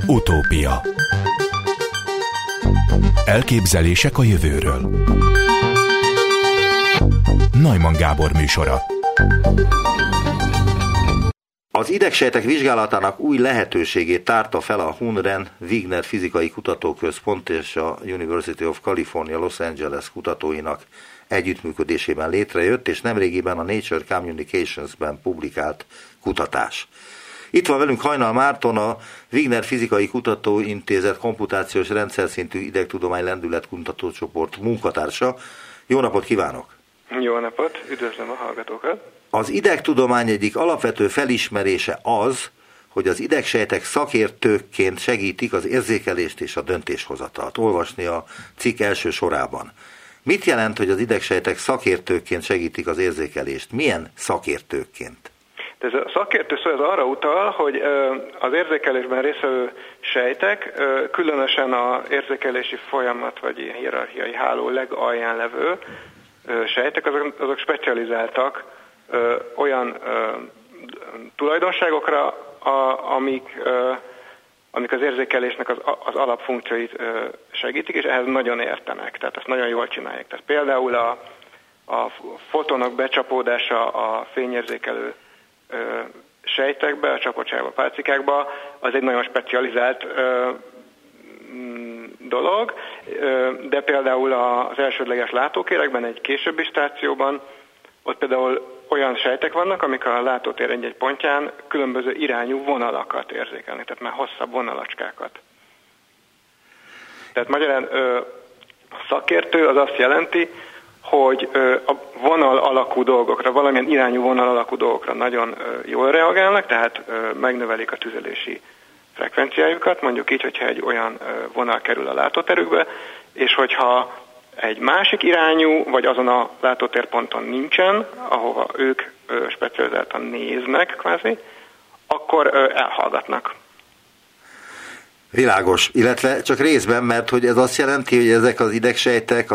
Utópia. Elképzelések a jövőről. Neumann Gábor műsora. Az idegsejtek vizsgálatának új lehetőségét tárta fel a Hunren Wigner Fizikai Kutatóközpont és a University of California Los Angeles kutatóinak együttműködésében létrejött, és nemrégiben a Nature Communications-ben publikált kutatás. Itt van velünk Hajnal Márton, a Wigner Fizikai Kutatóintézet komputációs rendszerszintű idegtudomány lendületkutatócsoport munkatársa. Jó napot kívánok! Jó napot, üdvözlöm a hallgatókat! Az idegtudomány egyik alapvető felismerése az, hogy az idegsejtek szakértőkként segítik az érzékelést és a döntéshozatalt. Olvasni a cikk első sorában. Mit jelent, hogy az idegsejtek szakértőkként segítik az érzékelést? Milyen szakértőkként? Ez a szakértő szó az arra utal, hogy az érzékelésben résztvevő sejtek, különösen az érzékelési folyamat vagy ilyen hierarchiai háló legalján levő sejtek, azok specializáltak olyan tulajdonságokra, amik az érzékelésnek az alapfunkcióit segítik, és ehhez nagyon értenek, tehát ezt nagyon jól csinálják. Tehát például a fotonok becsapódása a fényérzékelő sejtekbe, a csapottságba, pálcikákba, az egy nagyon specializált dolog, de például az elsődleges látókérekben, egy későbbi stációban, ott például olyan sejtek vannak, amik a látótér egy pontján különböző irányú vonalakat érzékelnek, tehát már hosszabb vonalacskákat. Tehát magyarán a szakértő az azt jelenti, hogy a vonal alakú dolgokra, valamilyen irányú vonal alakú dolgokra nagyon jól reagálnak, tehát megnövelik a tüzelési frekvenciájukat, mondjuk így, hogyha egy olyan vonal kerül a látóterükbe, és hogyha egy másik irányú, vagy azon a látótérponton nincsen, ahova ők specializáltan néznek kvázi, akkor elhallgatnak. Világos, illetve csak részben, mert hogy ez azt jelenti, hogy ezek az idegsejtek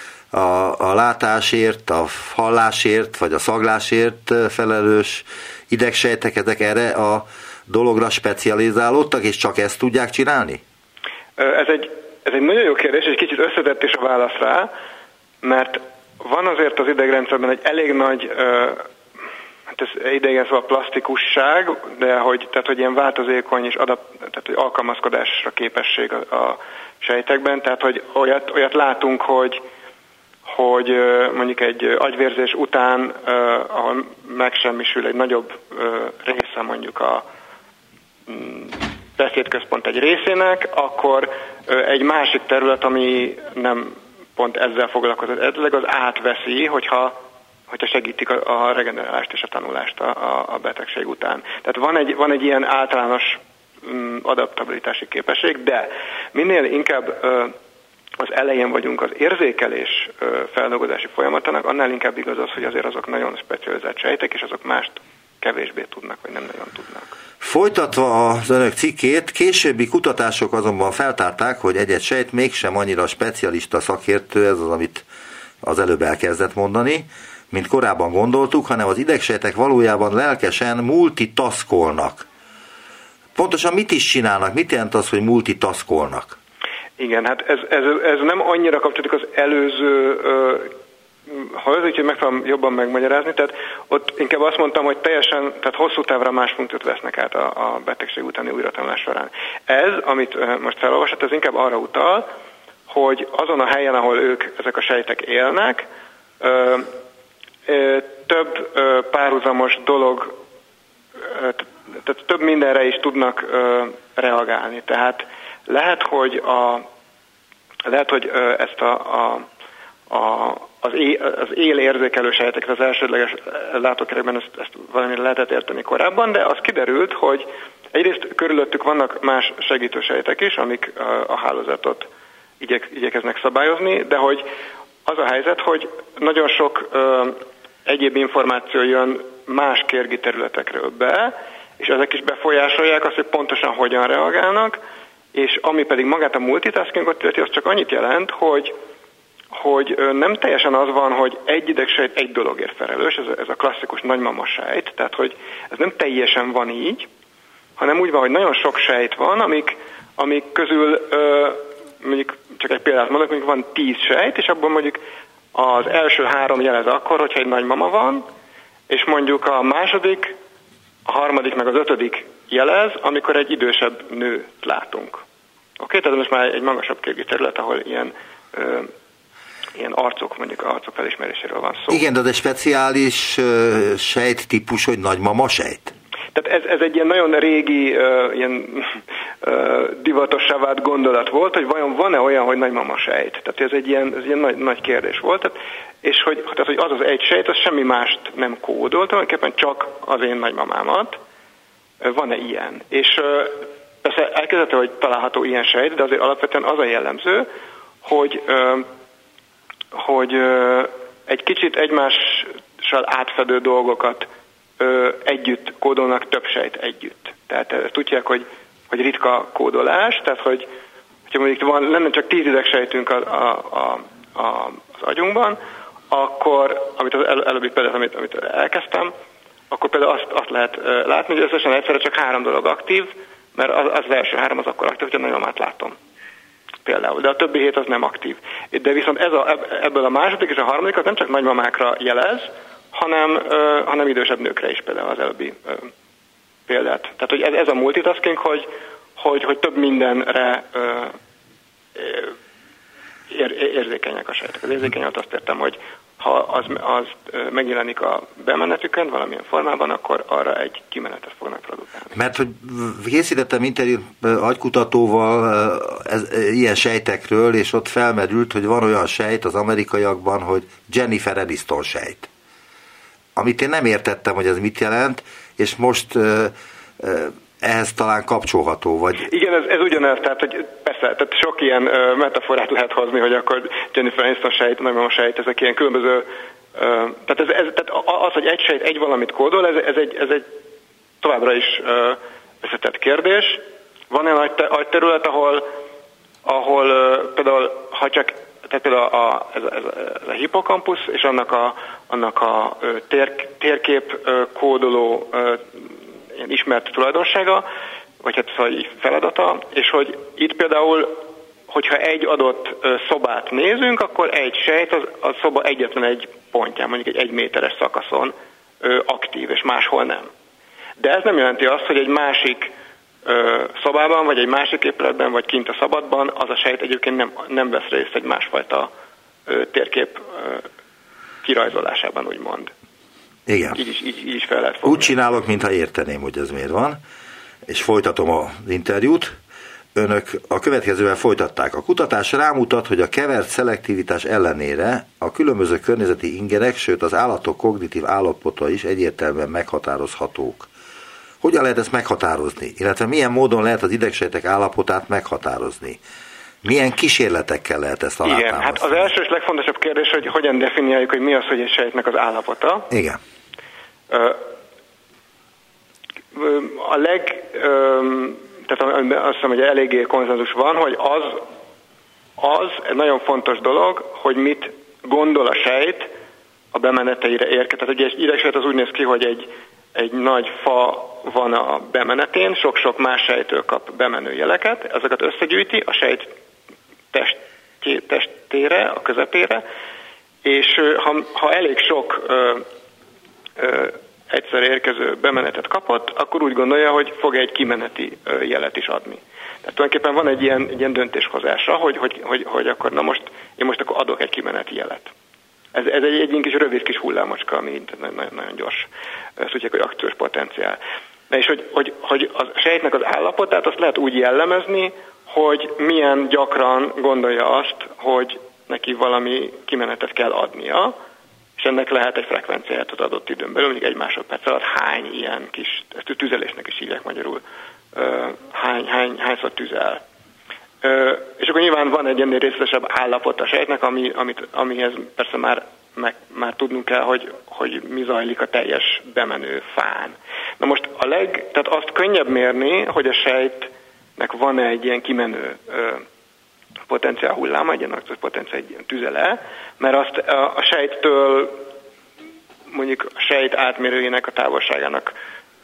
a látásért, a hallásért, vagy a szaglásért felelős idegsejtek, ezek erre a dologra specializálódtak, és csak ezt tudják csinálni? Ez egy nagyon jó kérdés, és egy kicsit összetett is a válasz rá, mert van azért az idegrendszerben egy elég nagy, hát ez idegen szóval plastikusság, de hogy ilyen változékony és tehát, hogy alkalmazkodásra képesség a sejtekben, tehát hogy olyat látunk, hogy mondjuk egy agyvérzés után, ahol megsemmisül egy nagyobb része mondjuk a beszédközpont egy részének, akkor egy másik terület, ami nem pont ezzel foglalkozott, eredetileg az átveszi, hogyha segítik a regenerálást és a tanulást a betegség után. Tehát van egy ilyen általános adaptabilitási képesség, de minél inkább az elején vagyunk az érzékelés feldolgozási folyamatának, annál inkább igaz az, hogy azért azok nagyon specializált sejtek, és azok mást kevésbé tudnak, vagy nem nagyon tudnak. Folytatva az önök cikkét, későbbi kutatások azonban feltárták, hogy egy-egy sejt mégsem annyira specialista szakértő, ez az, amit az előbb elkezdett mondani, mint korábban gondoltuk, hanem az idegsejtek valójában lelkesen multitaskolnak. Pontosan mit is csinálnak? Mit jelent az, hogy multitaskolnak? Igen, hát ez nem annyira kapcsolódik az előző, ha az úgyhogy megpróbálom jobban megmagyarázni, tehát ott inkább azt mondtam, hogy tehát hosszú távra más funkciót vesznek át a betegség utáni újratanulás során. Ez, amit most felolvasott, ez inkább arra utal, hogy azon a helyen, ahol ezek a sejtek élnek, több párhuzamos dolog, tehát több mindenre is tudnak reagálni. Tehát lehet, hogy ezt az élérzékelő sejtekre, az elsődleges látókerekben ezt valamire lehetett érteni korábban, de az kiderült, hogy egyrészt körülöttük vannak más segítő sejtek is, amik a hálózatot igyekeznek szabályozni, de hogy az a helyzet, hogy nagyon sok egyéb információ jön más kérgi területekről be, és ezek is befolyásolják azt, hogy pontosan hogyan reagálnak, és ami pedig magát a multitaskingot illeti, az csak annyit jelent, hogy nem teljesen az van, hogy egy idegsejt egy dologért felelős, ez a klasszikus nagymama sejt, tehát hogy ez nem teljesen van így, hanem úgy van, hogy nagyon sok sejt van, amik közül mondjuk csak egy példát mondok, mondjuk van 10 sejt, és abban mondjuk az első 3 jelez akkor, hogyha egy nagymama van, és mondjuk a második, a harmadik meg az 5. jelez, amikor egy idősebb nőt látunk. Oké, tehát most már egy magasabb képű terület, ahol ilyen arcok, mondjuk arcok felismeréséről van szó. Igen, de az egy speciális sejttípus, hogy nagymama sejt? Tehát ez egy ilyen nagyon régi, ilyen divatossá vált gondolat volt, hogy vajon van-e olyan, hogy nagymama sejt. Tehát ez egy ilyen nagy kérdés volt. És hogy az egy sejt, az semmi mást nem kódol, tulajdonképpen csak az én nagymamámat. Van-e ilyen? És persze elképzelhető, hogy található ilyen sejt, de azért alapvetően az a jellemző, hogy egy kicsit egymással átfedő dolgokat együtt kódolnak, több sejt együtt. Tehát tudják, hogy ritka kódolás, tehát hogyha mondjuk lenne csak 10 idegsejtünk az agyunkban, akkor, amit az előbbi példát, amit elkezdtem, akkor például azt lehet látni, hogy összesen egyszerre csak 3 dolog aktív, mert az első 3 az akkor aktív, hogyha nagymamát látom. Például, de a többi 7 az nem aktív. De viszont ebből a második és a harmadikat nem csak nagymamákra jelez, hanem idősebb nőkre is, például az előbbi példát. Tehát, hogy ez a multitasking, hogy több mindenre érzékenyek a sejtek. Az érzékeny alatt azt értem, hogy ha az megjelenik a bemenetükön valamilyen formában, akkor arra egy kimenetet fognak produkálni. Mert hogy készítettem interjút agykutatóval ilyen sejtekről, és ott felmerült, hogy van olyan sejt az amerikaiakban, hogy Jennifer Aniston sejt. Amit én nem értettem, hogy ez mit jelent, és most ehhez talán kapcsolható, vagy... Igen, ez ugyanez, tehát hogy persze, tehát sok ilyen metaforát lehet hozni, hogy akkor Jennifer Aniston sejt, nagymama sejt, ezek ilyen különböző... Tehát az, hogy egy sejt egy valamit kódol, ez egy továbbra is összetett kérdés. Van olyan agyterület, ahol például, ha csak... Tehát például ez a hippokampusz, és annak a térkép kódoló ilyen ismert tulajdonsága, vagy hát szóval feladata, és hogy itt például, hogyha egy adott szobát nézünk, akkor egy sejt a szoba egyetlen egy pontján, mondjuk egy 1 méteres szakaszon aktív, és máshol nem. De ez nem jelenti azt, hogy egy másik szobában, vagy egy másik épületben, vagy kint a szabadban az a sejt egyébként nem vesz részt egy másfajta térkép kirajzolásában, úgymond. Igen. Így is fel lehet fogni. Úgy csinálok, mintha érteném, hogy ez miért van, és folytatom az interjút. Önök a következővel folytatták. A kutatás rámutat, hogy a kevert szelektivitás ellenére a különböző környezeti ingerek, sőt az állatok kognitív állapota is egyértelműen meghatározhatók. Hogyan lehet ezt meghatározni? Illetve milyen módon lehet az idegsejtek állapotát meghatározni? Milyen kísérletekkel lehet ezt alátámasztani? Igen, hát az első és legfontosabb kérdés, hogy hogyan definiáljuk, hogy mi az, hogy egy sejtnek az állapota. Igen. Tehát azt hiszem, hogy eléggé konszenzus van, hogy az egy nagyon fontos dolog, hogy mit gondol a sejt a bemeneteire érkezik. Tehát ugye egy idegsejt az úgy néz ki, hogy egy nagy fa van a bemenetén, sok-sok más sejtől kap bemenő jeleket, ezeket összegyűjti a sejt testére, a közepére, és ha elég sok egyszer érkező bemenetet kapott, akkor úgy gondolja, hogy fog egy kimeneti jelet is adni. Tehát tulajdonképpen van egy ilyen döntéshozása, hogy akkor én most akkor adok egy kimeneti jelet. Ez egy ilyen kis rövid kis hullámocska, ami nagyon gyors. Ezt úgy, hogy akciós potenciál. Na és hogy a sejtnek az állapotát azt lehet úgy jellemezni, hogy milyen gyakran gondolja azt, hogy neki valami kimenetet kell adnia, és ennek lehet egy frekvenciáját az adott időn belül, mondjuk 1 másodperc alatt hány ilyen kis, ezt tüzelésnek is hívják magyarul, hányszor tüzel. És akkor nyilván van egy ennél részletesebb állapot a sejtnek, amihez persze már tudnunk kell, hogy mi zajlik a teljes bemenő fán. Na most tehát azt könnyebb mérni, hogy a sejtnek van-e egy ilyen kimenő potenciál hulláma, egy ilyen akciós potenciál, egy ilyen tüzele, mert azt a sejttől, mondjuk a sejt átmérőjének a távolságának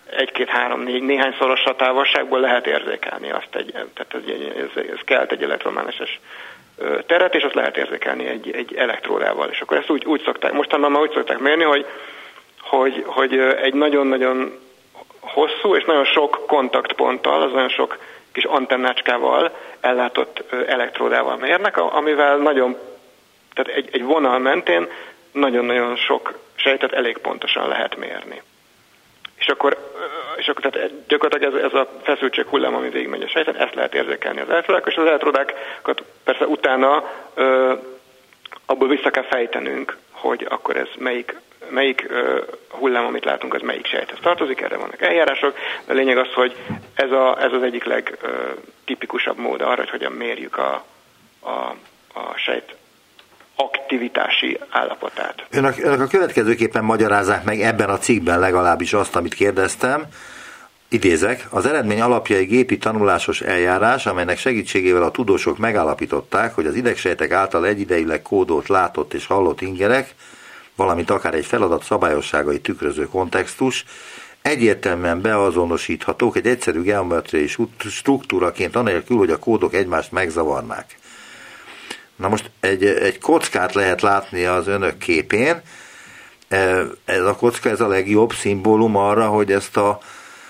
1-2-3-4 néhányszoros távolságból lehet érzékelni azt tehát ez kelt egy elektromágneses teret, és azt lehet érzékelni egy elektródával. És akkor ezt úgy szokták, mostanában már úgy szokták mérni, hogy egy nagyon-nagyon hosszú és nagyon sok kontaktponttal, az nagyon sok kis antennácskával ellátott elektródával mérnek, amivel tehát egy vonal mentén nagyon-nagyon sok sejtet elég pontosan lehet mérni. És akkor tehát gyakorlatilag ez a feszültség hullám, ami végigmegy a sejten, ezt lehet érzékelni az elektródákkal, és az elektródákat persze utána abból vissza kell fejtenünk, hogy akkor ez melyik hullám, amit látunk, az melyik sejthez tartozik, erre vannak eljárások, de a lényeg az, hogy ez az egyik legtipikusabb mód arra, hogy hogyan mérjük a sejt aktivitási állapotát. Önök a következőképpen magyarázzák meg ebben a cikkben legalábbis azt, amit kérdeztem. Idézek, az eredmény alapja egy gépi tanulásos eljárás, amelynek segítségével a tudósok megállapították, hogy az idegsejtek által egyidejűleg kódolt, látott és hallott ingerek, valamint akár egy feladat szabályosságait tükröző kontextus egyértelműen beazonosíthatók egy egyszerű geometriai struktúraként anélkül, hogy a kódok egymást megzavarnák. Na most egy kockát lehet látni az önök képén. Ez a kocka, ez a legjobb szimbólum arra, hogy ezt a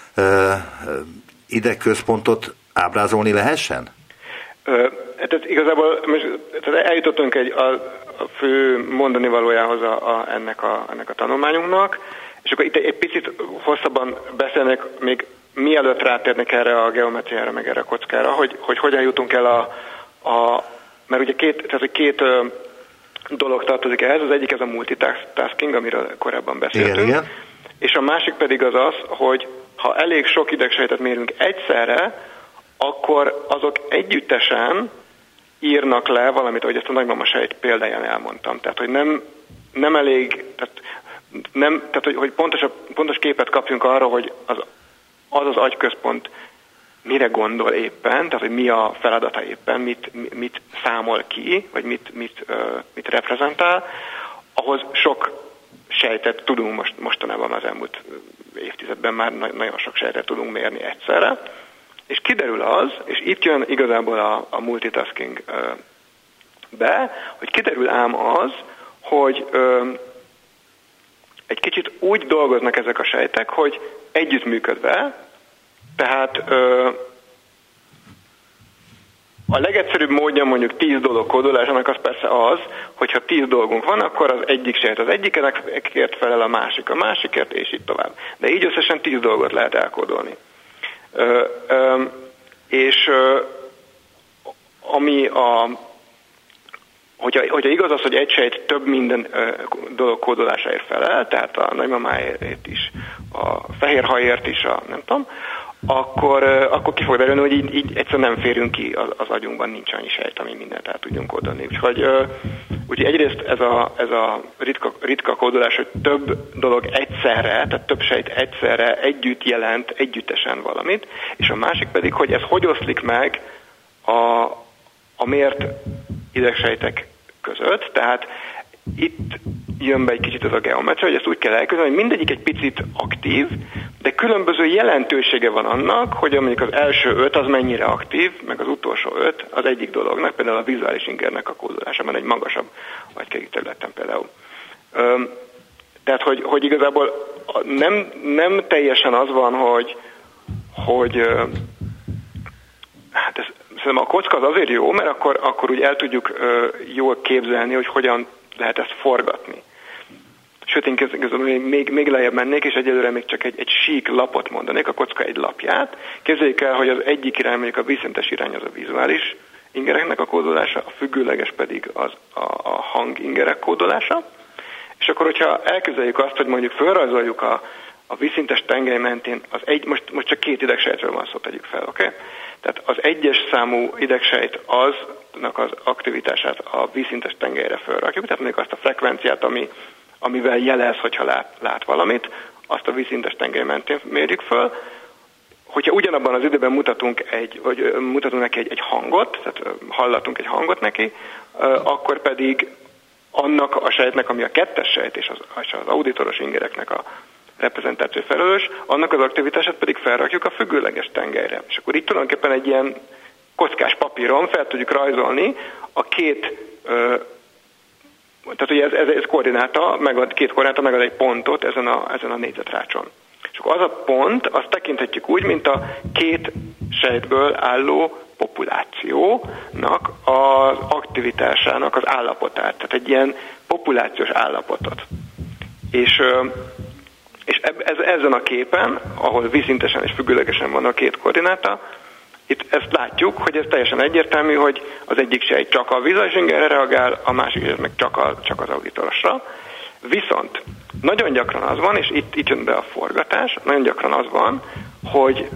idegközpontot ábrázolni lehessen? Tehát igazából eljutottunk a fő mondani valójához ennek a tanulmányunknak, és akkor itt egy picit hosszabban beszélnék, még mielőtt rátérnek erre a geometriára, meg erre a kockára, hogy hogyan jutunk el mert ugye két dolog tartozik ehhez, az egyik ez a multitasking, amiről korábban beszéltünk, igen. És a másik pedig az, hogy ha elég sok idegsejtet mérünk egyszerre, akkor azok együttesen írnak le valamit, ahogy ezt a nagymama sejt példáján elmondtam. Tehát, hogy nem elég, tehát hogy pontos képet kapjunk arra, hogy az agyközpont mire gondol éppen, tehát hogy mi a feladata éppen, mit számol ki, vagy mit reprezentál, ahhoz sok sejtet tudunk mostanában az elmúlt évtizedben már nagyon sok sejtet tudunk mérni egyszerre, és kiderül az, és itt jön igazából a multitasking be, hogy kiderül ám az, hogy egy kicsit úgy dolgoznak ezek a sejtek, hogy együttműködve, tehát a legegyszerűbb módja mondjuk 10 dolog kódolásának az persze az, hogyha 10 dolgunk van, akkor az egyik sejt az egyikért felel, a másikért, és így tovább. De így összesen 10 dolgot lehet elkódolni. És hogyha igaz az, hogy egy sejt több minden dolog kódolásáért felel, tehát a nagymamáért is, a fehérhajért is, nem tudom, akkor ki fog derülni, hogy így egyszerűen nem férünk ki az agyunkban, nincs annyi sejt, ami mindent el tudjunk kódolni. Úgyhogy egyrészt ez a ritka kódolás, hogy több dolog egyszerre, tehát több sejt egyszerre együtt jelent együttesen valamit, és a másik pedig, hogy ez hogy oszlik meg a mért idegsejtek között, tehát itt jön be egy kicsit az a geometria, hogy ezt úgy kell elképzelni, hogy mindegyik egy picit aktív, de különböző jelentősége van annak, hogy mondjuk az első 5 az mennyire aktív, meg az utolsó 5 az egyik dolognak, például a vizuális ingernek a kódolásában egy magasabb agykegi területen például. Tehát, hogy igazából nem teljesen az van, hogy hát szerintem a kocka az azért jó, mert akkor úgy el tudjuk jól képzelni, hogy hogyan lehet ezt forgatni. Sőt, én még lejjebb mennék, és egyelőre még csak egy sík lapot mondanék, a kocka egy lapját. Képzeljük el, hogy az egyik irány, mondjuk a vízszintes irány az a vizuális ingereknek a kódolása, a függőleges pedig az a hang ingerek kódolása. És akkor, hogyha elképzeljük azt, hogy mondjuk felrajzoljuk a vízszintes tengely mentén, most csak 2 idegsejtről van szó, tegyük fel, oké? Tehát az 1-es számú idegsejt aznak az aktivitását a vízszintes tengelyre felrakjuk, tehát mondjuk azt a frekvenciát, amivel jelez, hogyha lát valamit, azt a vízszintes tengely mentén mérjük föl. Hogyha ugyanabban az időben mutatunk neki egy hangot, tehát hallatunk egy hangot neki, akkor pedig annak a sejtnek, ami a 2-es sejt és az auditoros ingereknek reprezentáció felelős, annak az aktivitását pedig felrakjuk a függőleges tengelyre. És akkor itt tulajdonképpen egy ilyen kockás papíron fel tudjuk rajzolni a két, tehát ugye ez koordináta, két koordináta megad egy pontot ezen a négyzetrácson. És akkor az a pont, azt tekinthetjük úgy, mint a két sejtből álló populációnak az aktivitásának az állapotát, tehát egy ilyen populációs állapotot. És ezen a képen, ahol vízszintesen és függőlegesen van a két koordináta, itt ezt látjuk, hogy ez teljesen egyértelmű, hogy az egyik sejt csak a vizuális ingerre reagál, a másik sejt meg csak az auditorosra. Viszont nagyon gyakran az van, és itt jön be a forgatás, nagyon gyakran az van, hogy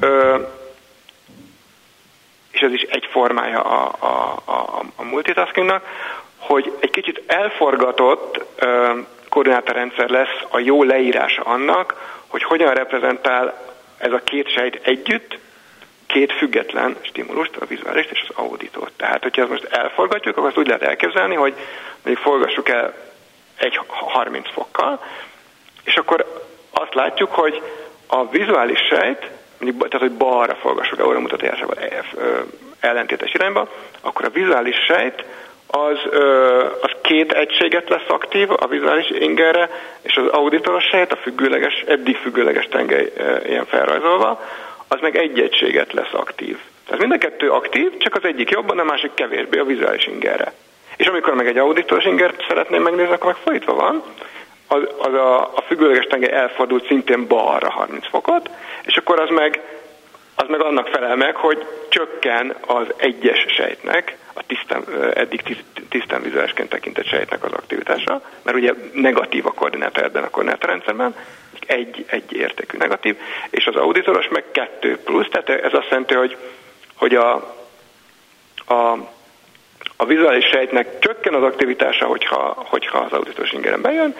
és ez is egy formája a multitaskingnak, hogy egy kicsit elforgatott koordinátarendszer lesz a jó leírása annak, hogy hogyan reprezentál ez a két sejt együtt két független stimulust, a vizuálist és az auditot. Tehát, hogyha ezt most elforgatjuk, akkor azt úgy lehet elképzelni, hogy mondjuk forgassuk el egy 30 fokkal, és akkor azt látjuk, hogy a vizuális sejt, tehát, hogy balra forgassuk el, óramutatásával ellentétes irányba, akkor a vizuális sejt az két egységet lesz aktív a vizuális ingerre, és az auditoros sejt, eddig függőleges tengely ilyen felrajzolva, az meg egy egységet lesz aktív. Tehát mind a kettő aktív, csak az egyik jobban, a másik kevésbé a vizuális ingerre. És amikor meg egy auditoros ingert szeretném megnézni, akkor meg fordítva van, a függőleges tengely elfordult szintén balra 30 fokot, és akkor az meg annak felel meg, hogy csökken az egyes sejtnek, eddig tisztán vizuálisként tekintett sejtnek az aktivitása, mert ugye negatív a koordináta ebben a koordinátorrendszerben, egy értékű negatív, és az auditoros meg 2+, tehát ez azt jelenti, hogy a vizuális sejtnek csökken az aktivitása, hogyha az auditoros ingeren bejön,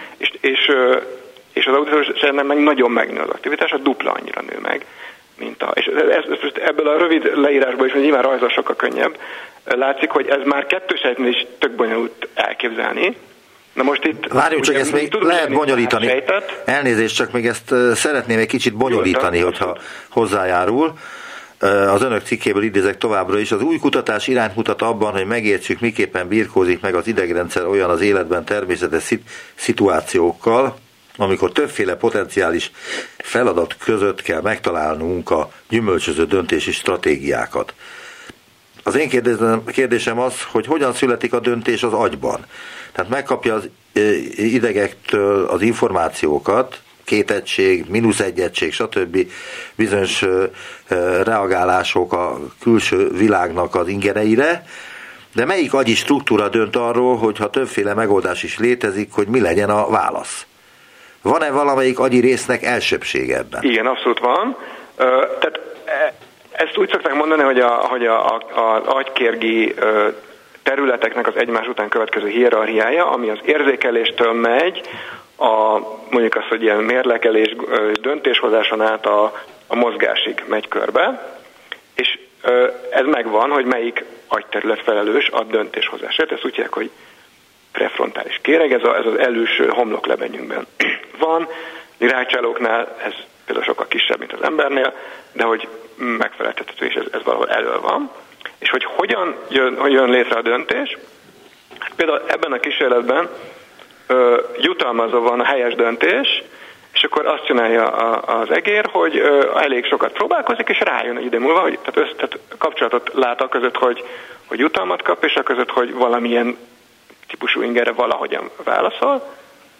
és az auditoros sejtnek meg nagyon megnő az aktivitása, dupla annyira nő meg, és ebből a rövid leírásból is, hogy nyilván rajzol sokkal könnyebb, látszik, hogy ez már kettő sejtnél is tök bonyolult elképzelni. Na most itt... Várjunk csak, ezt még lehet bonyolítani. Elnézést, csak még ezt szeretném egy kicsit bonyolítani, hogyha hozzájárul. Az önök cikkéből idézek továbbra is. Az új kutatás irányt mutat abban, hogy megértsük, miképpen birkózik meg az idegrendszer olyan az életben természetes szituációkkal, amikor többféle potenciális feladat között kell megtalálnunk a gyümölcsöző döntési stratégiákat. Az én kérdésem az, hogy hogyan születik a döntés az agyban. Tehát megkapja az idegektől az információkat, 2 egység, -1 egység, stb. Bizonyos reagálások a külső világnak az ingereire, de melyik agyi struktúra dönt arról, hogyha többféle megoldás is létezik, hogy mi legyen a válasz? Van-e valamelyik agyi résznek elsőbsége ebben? Igen, abszolút van. Tehát ezt úgy szokták mondani, hogy az agykérgi területeknek az egymás után következő hierarchiája, ami az érzékeléstől megy, mondjuk azt, hogy ilyen mérlekelés, döntéshozáson át a mozgásig megy körbe, és ez megvan, hogy melyik agyterület felelős a döntéshozásért. Ezt úgy hívják, hogy prefrontális kéreg, ez az előső homloklebenyünkben van. Rákcsálóknál ez például sokkal kisebb, mint az embernél, de hogy megfeleltethető, és ez valahol elől van. És hogy hogyan jön létre a döntés, például ebben a kísérletben jutalmazva van a helyes döntés, és akkor azt csinálja az egér, hogy elég sokat próbálkozik, és rájön egy idő múlva, hogy tehát kapcsolatot lát a között, hogy jutalmat kap, és a között, hogy valamilyen típusú ingerre valahogyan válaszol,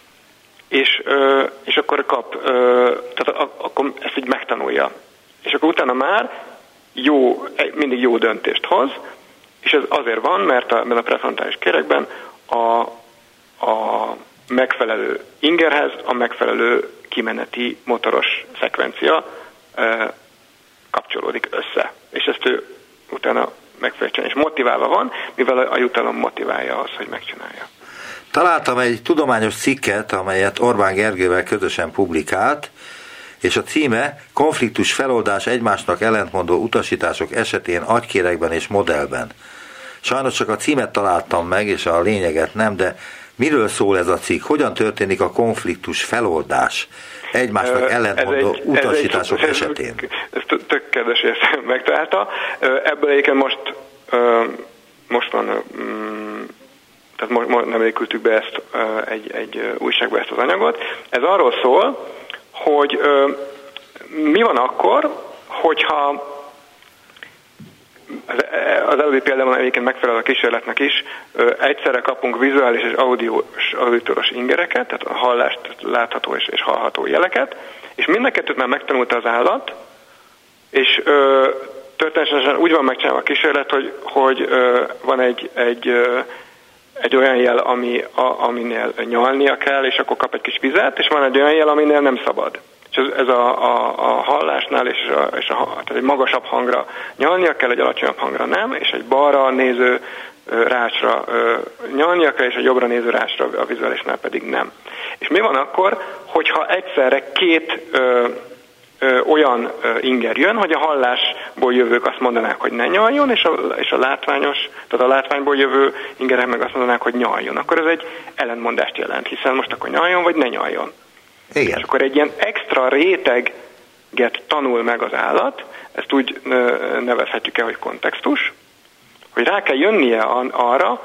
és akkor kap, tehát akkor ezt így megtanulja. És akkor utána már mindig jó döntést hoz, és ez azért van, mert ebben a prefrontális kéregben a megfelelő ingerhez a megfelelő kimeneti motoros szekvencia kapcsolódik össze. És ezt ő utána megfelelően és motiválva van, mivel a jutalom motiválja azt, hogy megcsinálja. Találtam egy tudományos cikket, amelyet Orbán Gergővel közösen publikált, és a címe Konfliktus feloldás egymásnak ellentmondó utasítások esetén agykéregben és modellben. Sajnos csak a címet találtam meg, és a lényeget nem, de Miről szól ez a cikk? Hogyan történik a konfliktus feloldás egymásnak ellentmondó utasítások esetén? Ez tök kedves, hogy ezt megtalálta. Ebből egyébként most van, tehát nemrég küldtük be ezt egy újságba ezt az anyagot. Ez arról szól, hogy mi van akkor, hogyha az előbbi példában egyébként megfelel a kísérletnek is, egyszerre kapunk vizuális és auditoros ingereket, tehát a hallást, látható és hallható jeleket, és mind a kettőt már megtanulta az állat, és történetesen úgy van megcsinálva a kísérlet, hogy van egy olyan jel, aminél nyalnia kell, és akkor kap egy kis vizet, és van egy olyan jel, aminél nem szabad. És ez a hallásnál tehát egy magasabb hangra nyalnia kell, egy alacsonyabb hangra nem, és egy balra néző rácsra nyalnia kell, és egy jobbra néző rácsra a vizuálisnál pedig nem. És mi van akkor, hogyha egyszerre két olyan inger jön, hogy a hallásból jövők azt mondanák, hogy ne nyaljon, és a látványból jövő ingerek meg azt mondanák, hogy nyaljon. Akkor ez egy ellentmondást jelent, hiszen most akkor nyaljon, vagy ne nyaljon. Igen. És akkor egy ilyen extra réteget tanul meg az állat, ezt úgy nevezhetjük el, hogy kontextus, hogy rá kell jönnie arra,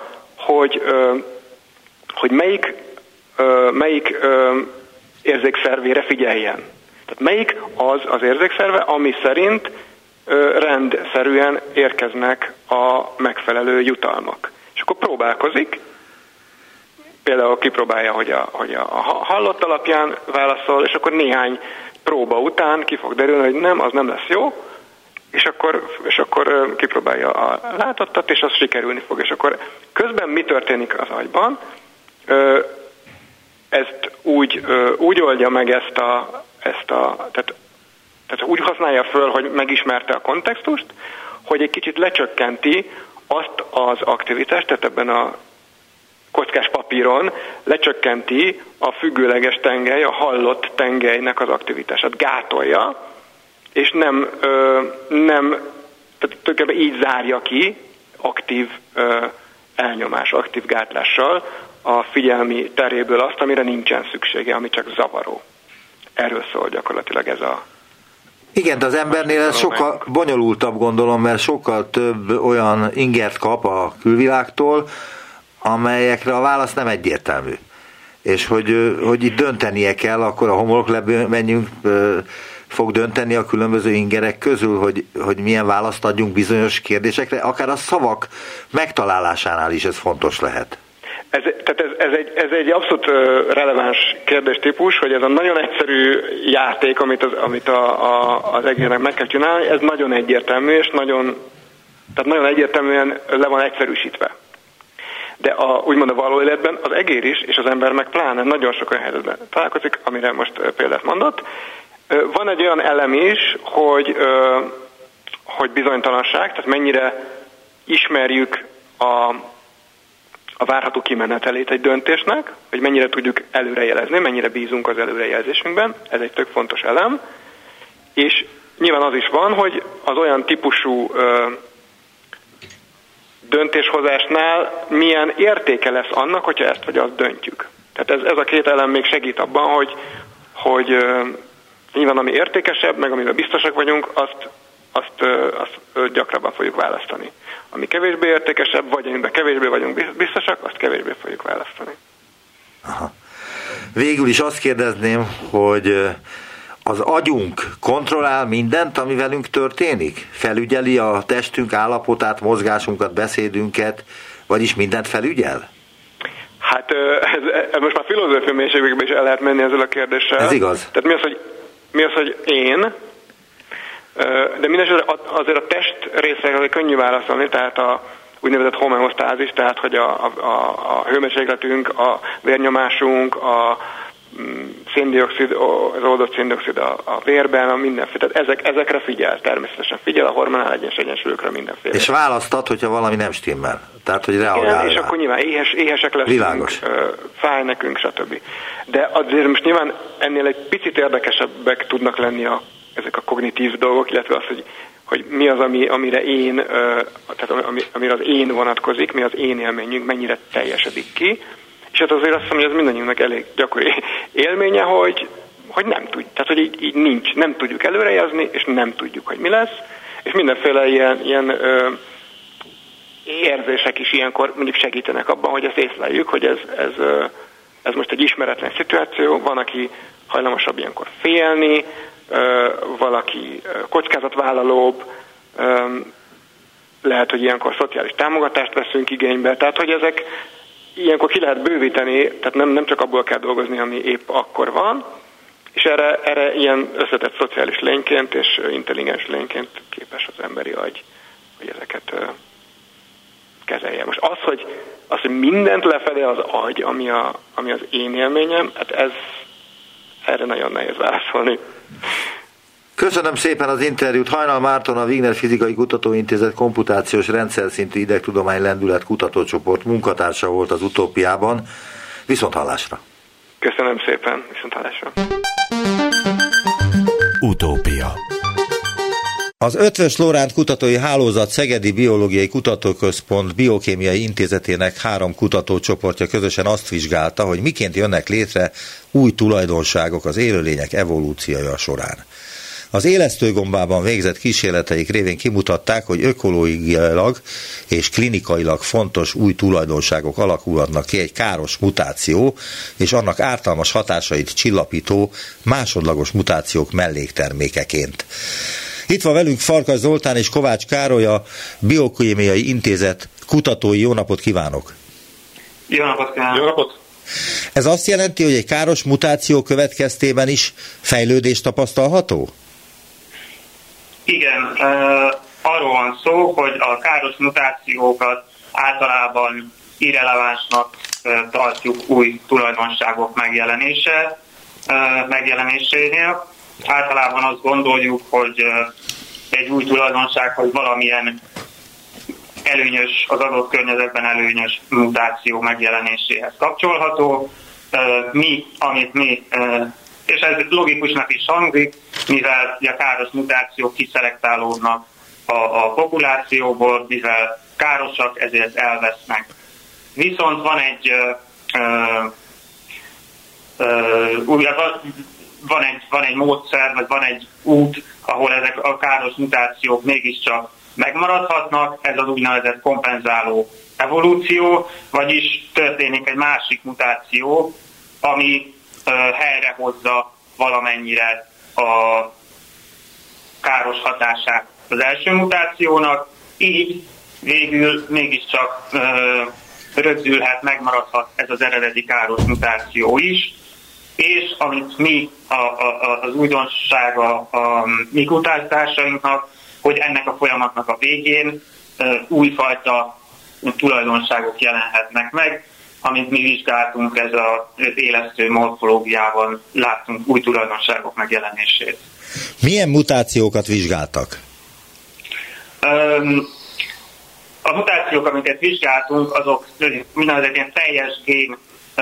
hogy melyik érzékszervére figyeljen. Tehát melyik az érzékszerve, ami szerint rendszerűen érkeznek a megfelelő jutalmak. És akkor próbálkozik, például kipróbálja, hogy a hallott alapján válaszol, és akkor néhány próba után ki fog derülni, hogy nem, az nem lesz jó, és akkor kipróbálja a látottat, és az sikerülni fog. És akkor közben mi történik az agyban? Ezt úgy oldja meg tehát úgy használja föl, hogy megismerte a kontextust, hogy egy kicsit lecsökkenti azt az aktivitást, tehát ebben a kockás papíron lecsökkenti a függőleges tengely, a hallott tengelynek az aktivitását, gátolja, és nem tehát tulajdonképpen így zárja ki aktív elnyomás, aktív gátlással a figyelmi teréből azt, amire nincsen szüksége, ami csak zavaró. Erről szól gyakorlatilag ez a... Igen, de az embernél ez sokkal bonyolultabb, gondolom, mert sokkal több olyan ingert kap a külvilágtól, amelyekre a válasz nem egyértelmű. És hogy itt döntenie kell, akkor a homloklebenünk fog dönteni a különböző ingerek közül, hogy milyen választ adjunk bizonyos kérdésekre, akár a szavak megtalálásánál is ez fontos lehet. Ez egy abszolút releváns kérdéstípus, hogy ez a nagyon egyszerű játék, amit az egérnek meg kell csinálni, ez nagyon egyértelmű, és nagyon egyértelműen le van egyszerűsítve. De úgymond a való életben az egér is, és az ember meg pláne nagyon sok olyan helyzetben találkozik, amire most példát mondott. Van egy olyan elem is, hogy bizonytalanság, tehát mennyire ismerjük a várható kimenetelét egy döntésnek, hogy mennyire tudjuk előrejelezni, mennyire bízunk az előrejelzésünkben, ez egy tök fontos elem, és nyilván az is van, hogy az olyan típusú döntéshozásnál milyen értéke lesz annak, hogyha ezt vagy azt döntjük. Tehát ez a két elem még segít abban, hogy nyilván ami értékesebb, meg amivel biztosak vagyunk, azt gyakrabban fogjuk választani. Ami kevésbé értékesebb, vagy amiben kevésbé vagyunk biztosak, azt kevésbé fogjuk választani. Aha. Végül is azt kérdezném, hogy az agyunk kontrollál mindent, ami velünk történik? Felügyeli a testünk állapotát, mozgásunkat, beszédünket, vagyis mindent felügyel? Hát ez most már filozófiai mélységekbe is el lehet menni ezzel a kérdéssel. Ez igaz. Tehát mi az, hogy én, de mindesetre azért a test részre könnyű válaszolni, tehát a úgynevezett homeosztázis, tehát hogy a hőmérsékletünk, a vérnyomásunk, a széndioxid, az oldott széndioxid a vérben, a mindenféle. Tehát ezekre figyel, természetesen figyel, a hormonál egyensúlyokra mindenféle. És választad, hogyha valami nem stimmel. Tehát, hogy reagál. Igen, és akkor nyilván éhesek leszünk, világos. Fáj nekünk, stb. De azért most nyilván ennél egy picit érdekesebbek tudnak lenni ezek a kognitív dolgok, illetve az, hogy mi az, amire amire az én vonatkozik, mi az én élményünk, mennyire teljesedik ki. És hát azért azt hiszem, hogy ez mindannyiunknak elég gyakori élménye, hogy nem tudjuk, tehát hogy így nincs, nem tudjuk előrejelzni, és nem tudjuk, hogy mi lesz, és mindenféle ilyen érzések is ilyenkor mondjuk segítenek abban, hogy ezt észleljük, hogy ez most egy ismeretlen szituáció, van, aki hajlamosabb ilyenkor félni, valaki kockázatvállalóbb, lehet, hogy ilyenkor szociális támogatást veszünk igénybe, tehát hogy ezek ilyenkor ki lehet bővíteni, tehát nem csak abból kell dolgozni, ami épp akkor van, és erre ilyen összetett szociális lényként és intelligens lényként képes az emberi agy, hogy ezeket kezelje. Most az, hogy mindent lefedi az agy, ami az én élményem, hát erre nagyon nehéz válaszolni. Köszönöm szépen az interjút. Hajnal Márton, a Wigner Fizikai Kutatóintézet komputációs rendszerszintű idegtudomány lendület kutatócsoport munkatársa volt az Utópiában. Viszonthallásra. Köszönöm szépen, viszonthallásra. Utópia. Az Eötvös Loránd Kutatói Hálózat Szegedi Biológiai Kutatóközpont Biokémiai Intézetének 3 kutatócsoportja közösen azt vizsgálta, hogy miként jönnek létre új tulajdonságok az élőlények evolúciója során. Az élesztőgombában végzett kísérleteik révén kimutatták, hogy ökológiailag és klinikailag fontos új tulajdonságok alakulhatnak ki egy káros mutáció és annak ártalmas hatásait csillapító másodlagos mutációk melléktermékeként. Itt van velünk Farkas Zoltán és Kovács Károly, a Biokémiai Intézet kutatói. Jó napot kívánok! Jó napot kívánok! Jó napot! Ez azt jelenti, hogy egy káros mutáció következtében is fejlődés tapasztalható? Igen, arról van szó, hogy a káros mutációkat általában irrelevánsnak tartjuk új tulajdonságok megjelenésénél. Általában azt gondoljuk, hogy egy új tulajdonság, hogy valamilyen előnyös, az adott környezetben előnyös mutáció megjelenéséhez kapcsolható. És ez logikusnak is hangzik, mivel a káros mutációk kiszelektálódnak a populációból, mivel károsak, ezért elvesznek. Viszont van egy módszer, vagy van egy út, ahol ezek a káros mutációk mégiscsak megmaradhatnak, ez az úgynevezett kompenzáló evolúció, vagyis történik egy másik mutáció, ami helyrehozza valamennyire a káros hatását az első mutációnak, így végül mégiscsak rögzülhet, megmaradhat ez az eredeti káros mutáció is, és amit mi az újdonság a mi kutatásainknak, hogy ennek a folyamatnak a végén újfajta tulajdonságok jelenhetnek meg, amit mi vizsgáltunk, ez az élesztő morfológiában láttunk új tulajdonságok megjelenését. Milyen mutációkat vizsgáltak? A mutációk, amiket vizsgáltunk, azok mindenazek ilyen teljes gén,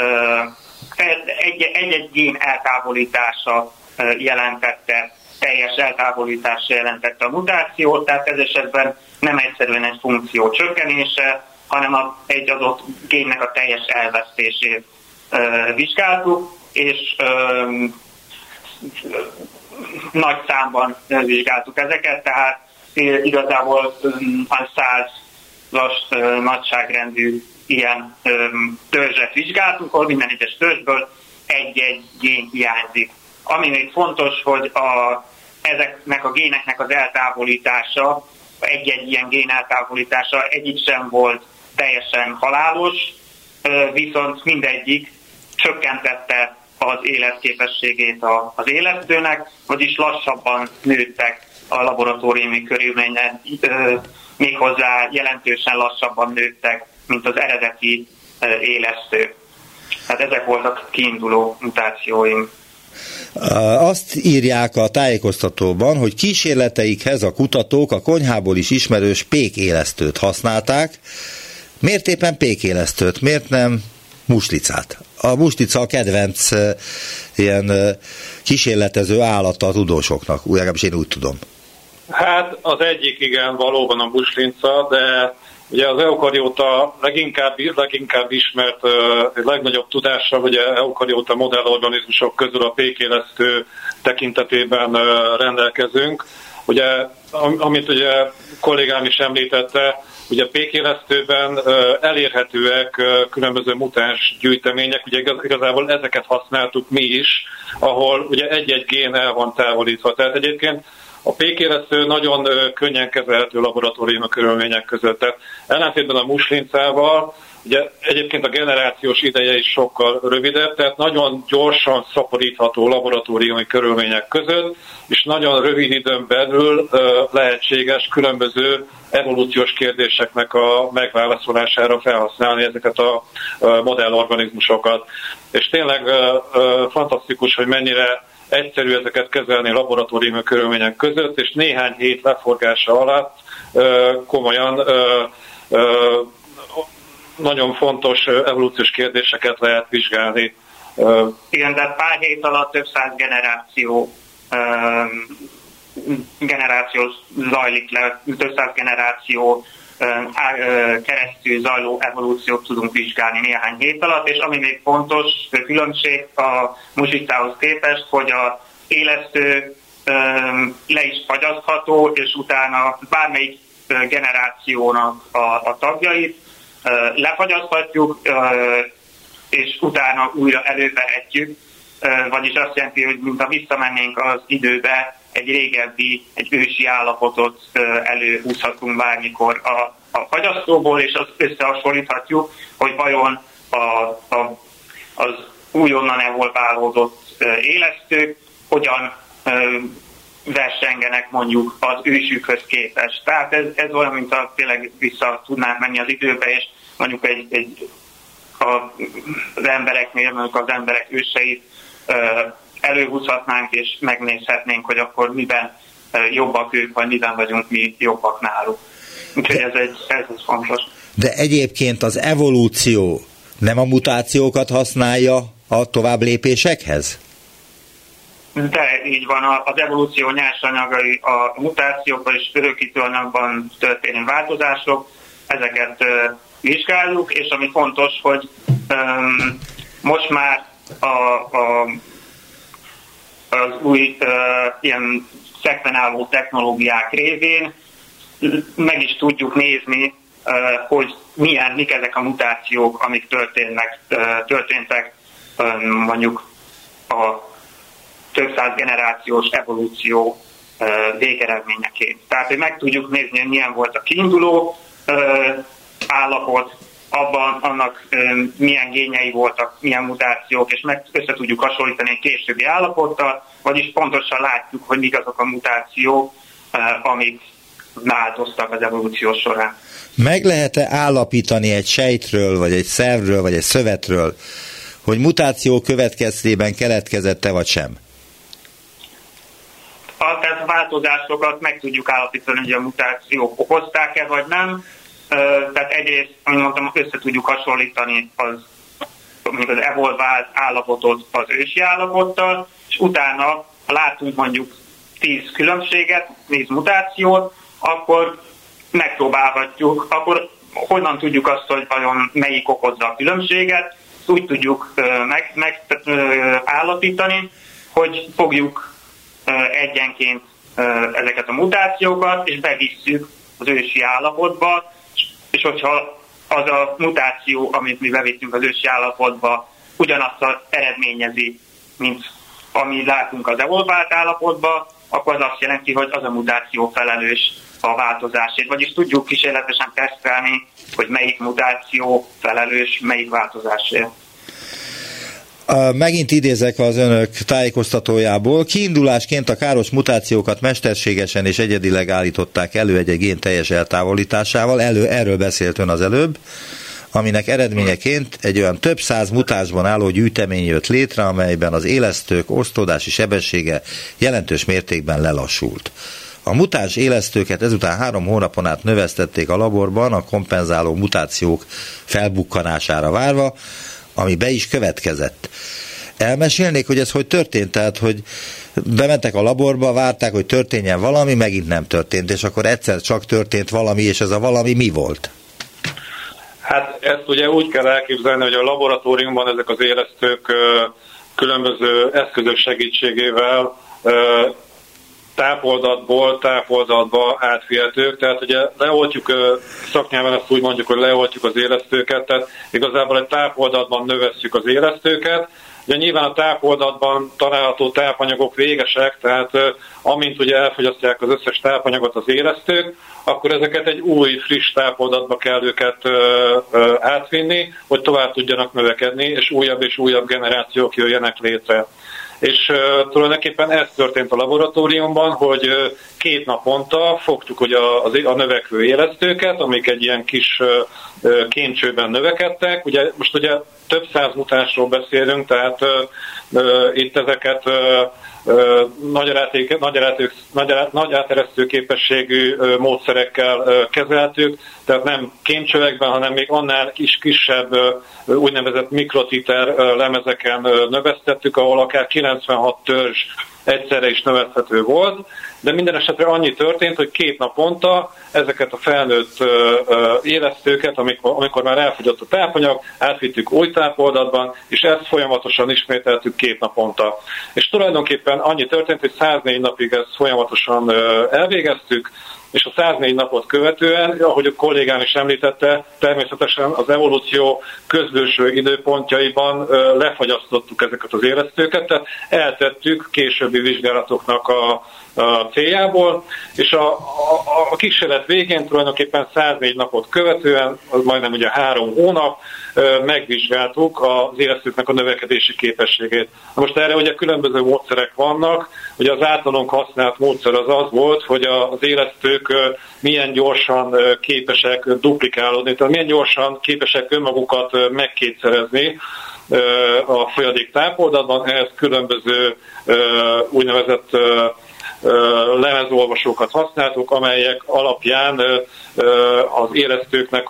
egy-egy gén eltávolítása jelentette, teljes eltávolítása jelentette a mutációt, tehát ez esetben nem egyszerűen egy funkció csökkenése, hanem egy adott génnek a teljes elvesztését vizsgáltuk, és nagy számban vizsgáltuk ezeket, tehát igazából 100-as nagyságrendű ilyen törzset vizsgáltunk, ahol minden egyes törzsből egy-egy gén hiányzik. Ami még fontos, hogy ezeknek a géneknek az eltávolítása, egy-egy ilyen gén eltávolítása egyik sem volt teljesen halálos, viszont mindegyik csökkentette az életképességét az élesztőnek, vagyis lassabban nőttek a laboratóriumi körülmények, méghozzá jelentősen lassabban nőttek, mint az eredeti élesztő. Hát ezek voltak kiinduló mutációink. Azt írják a tájékoztatóban, hogy kísérleteikhez a kutatók a konyhából is ismerős pékélesztőt használták. Miért éppen pékélesztőt? Miért nem muslicát? A muslica a kedvenc ilyen kísérletező állata a tudósoknak, legalábbis én úgy tudom. Hát az egyik igen, valóban a muslinca, de Ugye az eukarióta leginkább ismert, legnagyobb tudással, ugye eukarióta modellorganizmusok közül a pékélesztő tekintetében rendelkezünk. Ugye, amit ugye kollégám is említette, ugye pékélesztőben elérhetőek különböző mutáns gyűjtemények, ugye igazából ezeket használtuk mi is, ahol ugye egy-egy gén el van távolítva. Tehát egyébként a pékélesztő nagyon könnyen kezelhető laboratóriumi körülmények között. Tehát ellentétben a muslincával, ugye egyébként a generációs ideje is sokkal rövidebb, tehát nagyon gyorsan szaporítható laboratóriumi körülmények között, és nagyon rövid időn belül lehetséges különböző evolúciós kérdéseknek a megválaszolására felhasználni ezeket a modellorganizmusokat. És tényleg fantasztikus, hogy mennyire egyszerű ezeket kezelni laboratóriumi körülmények között, és néhány hét leforgása alatt komolyan nagyon fontos evolúciós kérdéseket lehet vizsgálni. Igen, de pár hét alatt több száz generáció zajlik le, több száz generáció keresztül zajló evolúciót tudunk vizsgálni néhány hét alatt, és ami még fontos különbség a musicához képest, hogy az élesztő le is fagyasztható, és utána bármelyik generációnak a tagjait lefagyaszthatjuk, és utána újra elővehetjük, vagyis azt jelenti, hogy mintha visszamennénk az időbe, egy régebbi, egy ősi állapotot előhúzhatunk bármikor a fagyasztóból, és azt összehasonlíthatjuk, hogy vajon az újonnan evolválódott élesztők hogyan versengenek mondjuk az ősükhöz képest. Tehát ez olyan, mint tényleg vissza tudnánk menni az időbe, és mondjuk az embereknél, mondjuk az emberek őseit előhúzhatnánk, és megnézhetnénk, hogy akkor miben jobbak ők, vagy miben vagyunk mi jobbak náluk. Úgyhogy ez fontos. De egyébként az evolúció nem a mutációkat használja a tovább lépésekhez? De így van, az evolúció nyersanyagai a mutációkban és örökítő anyagban történő változások, ezeket vizsgáljuk, és ami fontos, hogy most már az új ilyen szekvenáló technológiák révén meg is tudjuk nézni, hogy mik ezek a mutációk, amik történtek mondjuk a több száz generációs evolúció végeredményeként. Tehát, hogy meg tudjuk nézni, hogy milyen volt a kiinduló állapot, annak milyen génjei voltak, milyen mutációk, és össze tudjuk hasonlítani egy későbbi állapottal, vagyis pontosan látjuk, hogy mik azok a mutációk, amik változtak az evolúció során. Meg lehet-e állapítani egy sejtről, vagy egy szervről, vagy egy szövetről, hogy mutáció következtében keletkezett-e, vagy sem? Tehát változásokat meg tudjuk állapítani, hogy a mutációk okozták-e, vagy nem. Tehát egyrészt, amit mondtam, össze tudjuk hasonlítani az evolvált állapotot az ősi állapottal, és utána, ha látunk mondjuk 10 különbséget, 10 mutációt, akkor megpróbálhatjuk, akkor honnan tudjuk azt, hogy vajon melyik okozza a különbséget, úgy tudjuk megállapítani, hogy fogjuk egyenként ezeket a mutációkat, és bevisszük az ősi állapotba, és hogyha az a mutáció, amit mi bevittünk az ősi állapotba, ugyanazt eredményezi, mint ami látunk az evolvált állapotba, akkor az azt jelenti, hogy az a mutáció felelős a változásért. Vagyis tudjuk kísérletesen tesztelni, hogy melyik mutáció felelős, melyik változásért. Megint idézek az önök tájékoztatójából. Kiindulásként a káros mutációkat mesterségesen és egyedileg állították elő egy gén teljes eltávolításával. Erről beszélt ön az előbb, aminek eredményeként egy olyan több száz mutásban álló gyűjtemény jött létre, amelyben az élesztők osztódási sebessége jelentős mértékben lelassult. A mutáns élesztőket ezután 3 hónapon át növesztették a laborban a kompenzáló mutációk felbukkanására várva, ami be is következett. Elmesélnék, hogy ez hogy történt? Tehát, hogy bementek a laborba, várták, hogy történjen valami, megint nem történt, és akkor egyszer csak történt valami, és ez a valami mi volt? Ezt ugye úgy kell elképzelni, hogy a laboratóriumban ezek az élesztők különböző eszközök segítségével tápoldatból tápoldatba átvihetők, tehát ugye leoltjuk, szaknyelven ezt úgy mondjuk, hogy leoltjuk az élesztőket, tehát igazából egy tápoldatban növesszük az élesztőket. Ugye nyilván a tápoldatban található tápanyagok végesek, tehát amint ugye elfogyasztják az összes tápanyagot az élesztők, akkor ezeket egy új, friss tápoldatba kell őket átvinni, hogy tovább tudjanak növekedni, és újabb generációk jöjjenek létre. És tulajdonképpen ez történt a laboratóriumban, hogy 2 naponta fogtuk ugye a növekvő élesztőket, amik egy ilyen kis kémcsőben növekedtek. Ugye most ugye több száz mutásról beszélünk, tehát itt ezeket nagy áteresztő képességű módszerekkel kezeltük, tehát nem kémcsövekben, hanem még annál kisebb úgynevezett mikrotiter lemezeken növesztettük, ahol akár 96 törzs egyszerre is növeszthető volt, de minden esetre annyi történt, hogy 2 naponta ezeket a felnőtt élesztőket, amikor már elfogyott a tápanyag, átvittük új tápoldatban, és ezt folyamatosan ismételtük 2 naponta. És tulajdonképpen annyi történt, hogy 104 napig ezt folyamatosan elvégeztük, és a 104 napot követően, ahogy a kollégám is említette, természetesen az evolúció közbőső időpontjaiban lefagyasztottuk ezeket az élesztőket, tehát eltettük későbbi vizsgálatoknak a céljából, és a kísérlet végén tulajdonképpen 104 napot követően, az majdnem ugye 3 hónap, megvizsgáltuk az élesztőknek a növekedési képességét. Most erre ugye különböző módszerek vannak, ugye az általunk használt módszer az volt, hogy az élesztők milyen gyorsan képesek duplikálódni, tehát milyen gyorsan képesek önmagukat megkétszerezni a folyadék tápoldatban, ehhez különböző úgynevezett lemezolvasókat használtuk, amelyek alapján az élesztőknek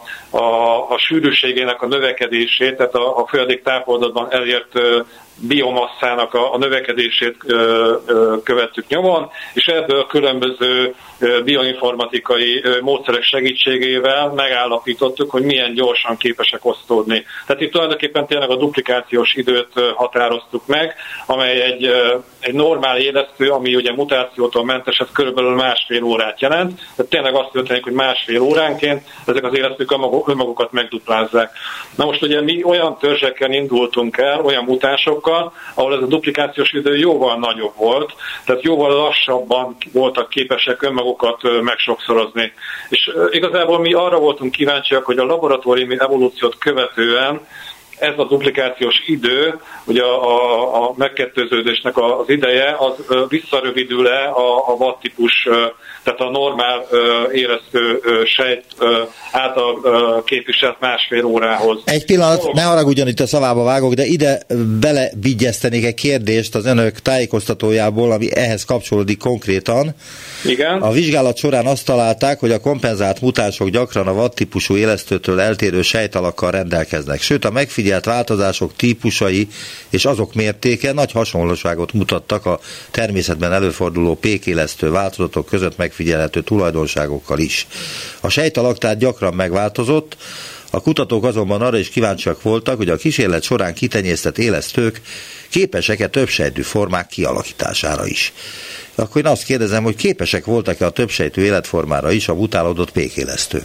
a sűrűségének a növekedését, tehát a folyadék tápoldatban elért biomasszának a növekedését követtük nyomon, és ebből különböző bioinformatikai módszerek segítségével megállapítottuk, hogy milyen gyorsan képesek osztódni. Tehát itt tulajdonképpen tényleg a duplikációs időt határoztuk meg, amely egy normál élesztő, ami ugye mutációtól mentes, ez körülbelül 1,5 órát jelent. Tehát tényleg azt történik, hogy 1,5 óránként ezek az élesztők önmagukat megduplázzák. Na most ugye mi olyan törzsekkel indultunk el, olyan mutásokkal, ahol ez a duplikációs idő jóval nagyobb volt, tehát jóval lassabban voltak képesek önmagukat megsokszorozni. És igazából mi arra voltunk kíváncsiak, hogy a laboratóriumi evolúciót követően ez a duplikációs idő, ugye a megkettőződésnek az ideje, az visszarövidül-e a vadtípus, tehát a normál éreztő sejt által képviselt 1,5 órához. Egy pillanat, ne haragudjon, itt a szavába vágok, de ide belevigyeztenék egy kérdést az önök tájékoztatójából, ami ehhez kapcsolódik konkrétan. Igen. A vizsgálat során azt találták, hogy a kompenzált mutánsok gyakran a vadtípusú élesztőtől eltérő sejtalakkal rendelkeznek, sőt a megfigyelt változások típusai és azok mértéke nagy hasonlóságot mutattak a természetben előforduló pékélesztő változatok között megfigyelhető tulajdonságokkal is. A sejtalak tehát gyakran megváltozott, a kutatók azonban arra is kíváncsiak voltak, hogy a kísérlet során kitenyésztett élesztők képesek-e többsejtű formák kialakítására is. Akkor én azt kérdezem, hogy képesek voltak-e a többsejtű életformára is a mutálódott pékélesztők?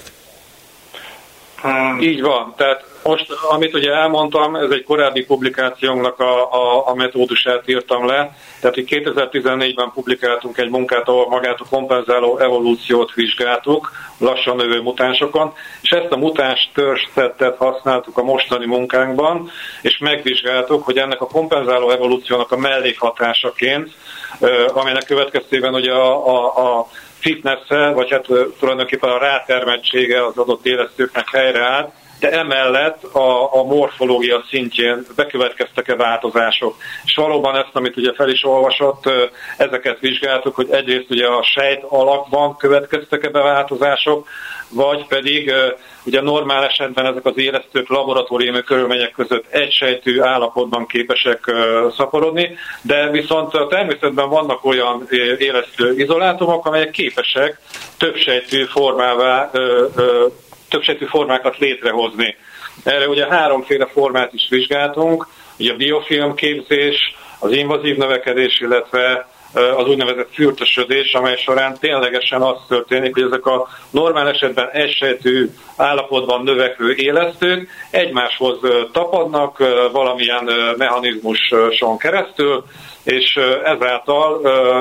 Így van, tehát most, amit ugye elmondtam, ez egy korábbi publikációnknak a metódusát írtam le, tehát 2014-ben publikáltunk egy munkát, ahol magát a kompenzáló evolúciót vizsgáltuk, lassan növő mutánsokon, és ezt a mutáns törzsszettet használtuk a mostani munkánkban, és megvizsgáltuk, hogy ennek a kompenzáló evolúciónak a mellékhatásaként, amelynek következtében ugye a fitness-e, vagy hát tulajdonképpen a rátermettsége az adott élesztőknek helyreállt, de emellett a morfológia szintjén bekövetkeztek-e változások. És valóban ezt, amit ugye fel is olvasott, ezeket vizsgáltuk, hogy egyrészt ugye a sejt alakban következtek-e be változások, vagy pedig ugye normál esetben ezek az élesztők laboratóriumi körülmények között egysejtű állapotban képesek szaporodni, de viszont a természetben vannak olyan élesztő izolátumok, amelyek képesek többsejtű formává többsejtű formákat létrehozni. Erre ugye 3 formát is vizsgáltunk, ugye a biofilmképzés, az invazív növekedés, illetve az úgynevezett fürtösödés, amely során ténylegesen az történik, hogy ezek a normál esetben egysejtű állapotban növekvő élesztők egymáshoz tapadnak valamilyen mechanizmuson keresztül, és ezáltal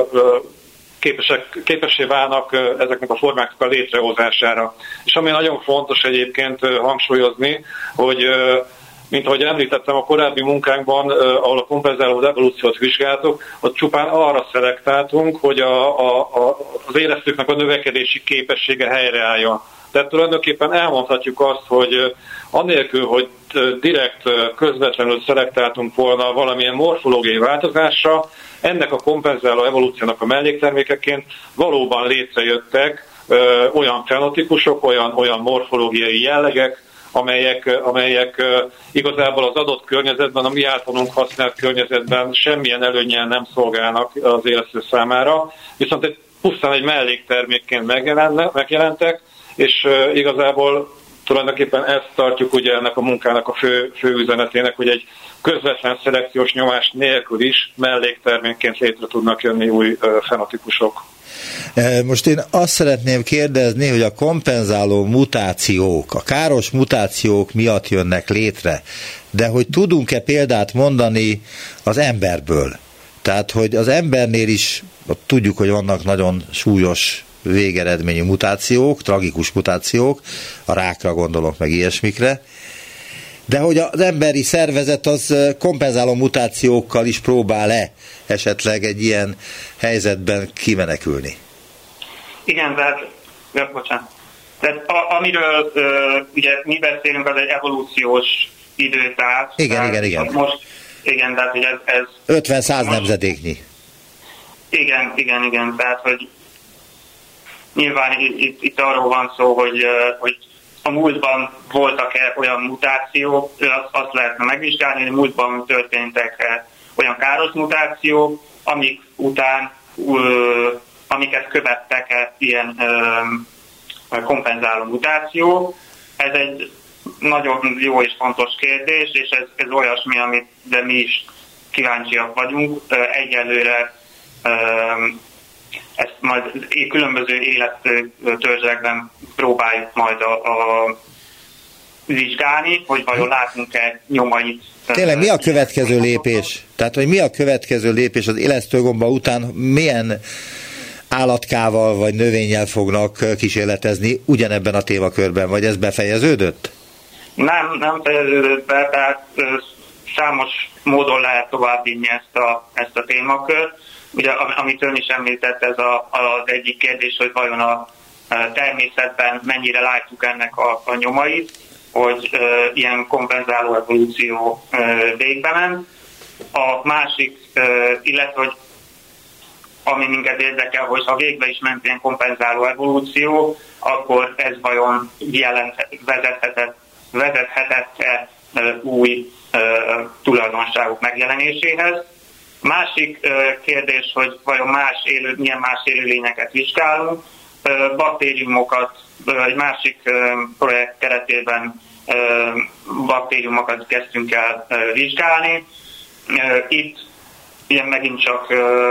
képessé válnak ezeknek a formáknak a létrehozására. És ami nagyon fontos egyébként hangsúlyozni, hogy mint ahogy említettem a korábbi munkánkban, ahol a kompenzáló evolúciót vizsgáltuk, ott csupán arra szelektáltunk, hogy az élesztőknek a növekedési képessége helyreálljon. Tehát tulajdonképpen elmondhatjuk azt, hogy anélkül, hogy direkt, közvetlenül szelektáltunk volna valamilyen morfológiai változásra, ennek a kompenzáló evolúciónak a melléktermékeként valóban létrejöttek olyan fenotípusok, olyan morfológiai jellegek, amelyek igazából az adott környezetben, a mi általunk használt környezetben semmilyen előnnyel nem szolgálnak az élesztő számára, viszont pusztán egy melléktermékként megjelentek, és igazából tulajdonképpen ezt tartjuk ugye ennek a munkának a fő üzenetének, hogy egy közvetlen szelekciós nyomás nélkül is melléktermékként létre tudnak jönni új fenotípusok. Most én azt szeretném kérdezni, hogy a kompenzáló mutációk, a káros mutációk miatt jönnek létre, de hogy tudunk-e példát mondani az emberből? Tehát, hogy az embernél is tudjuk, hogy vannak nagyon súlyos végeredményű mutációk, tragikus mutációk, a rákra gondolok, meg ilyesmikre, de hogy az emberi szervezet az kompenzáló mutációkkal is próbál-e esetleg egy ilyen helyzetben kimenekülni? Igen, bocsánat. Tehát amiről ugye mi beszélünk, az egy evolúciós időtár. Igen. Most, igen, tehát hogy ez 50-100 nemzedéknyi. Igen, tehát hogy nyilván itt arról van szó, hogy a múltban voltak-e olyan mutációk, azt lehetne megvizsgálni, hogy a múltban történtek olyan káros mutációk, amik után, amiket követtek ilyen kompenzáló mutáció. Ez egy nagyon jó és fontos kérdés, és ez olyasmi, amit de mi is kíváncsiak vagyunk. Egyelőre ezt majd különböző élettörzsekben próbáljuk majd vizsgálni, hogy vajon látunk-e nyomait. Tényleg mi a következő lépés? Tehát, hogy mi a következő lépés az élesztőgomba után, milyen állatkával vagy növényel fognak kísérletezni ugyanebben a témakörben, vagy ez befejeződött? Nem fejeződött be, tehát számos módon lehet továbbvinni ezt a témakört. Ugye, amit ön is említett, ez az egyik kérdés, hogy vajon a természetben mennyire látjuk ennek a nyomait, hogy ilyen kompenzáló evolúció végbe ment. A másik, illetve hogy ami minket érdekel, hogy ha végbe is ment ilyen kompenzáló evolúció, akkor ez vajon vezethetett-e új tulajdonságok megjelenéséhez. Másik kérdés, hogy vajon milyen más élőlényeket vizsgálunk. Baktériumokat, egy másik projekt keretében baktériumokat kezdtünk el vizsgálni. Itt ilyen megint csak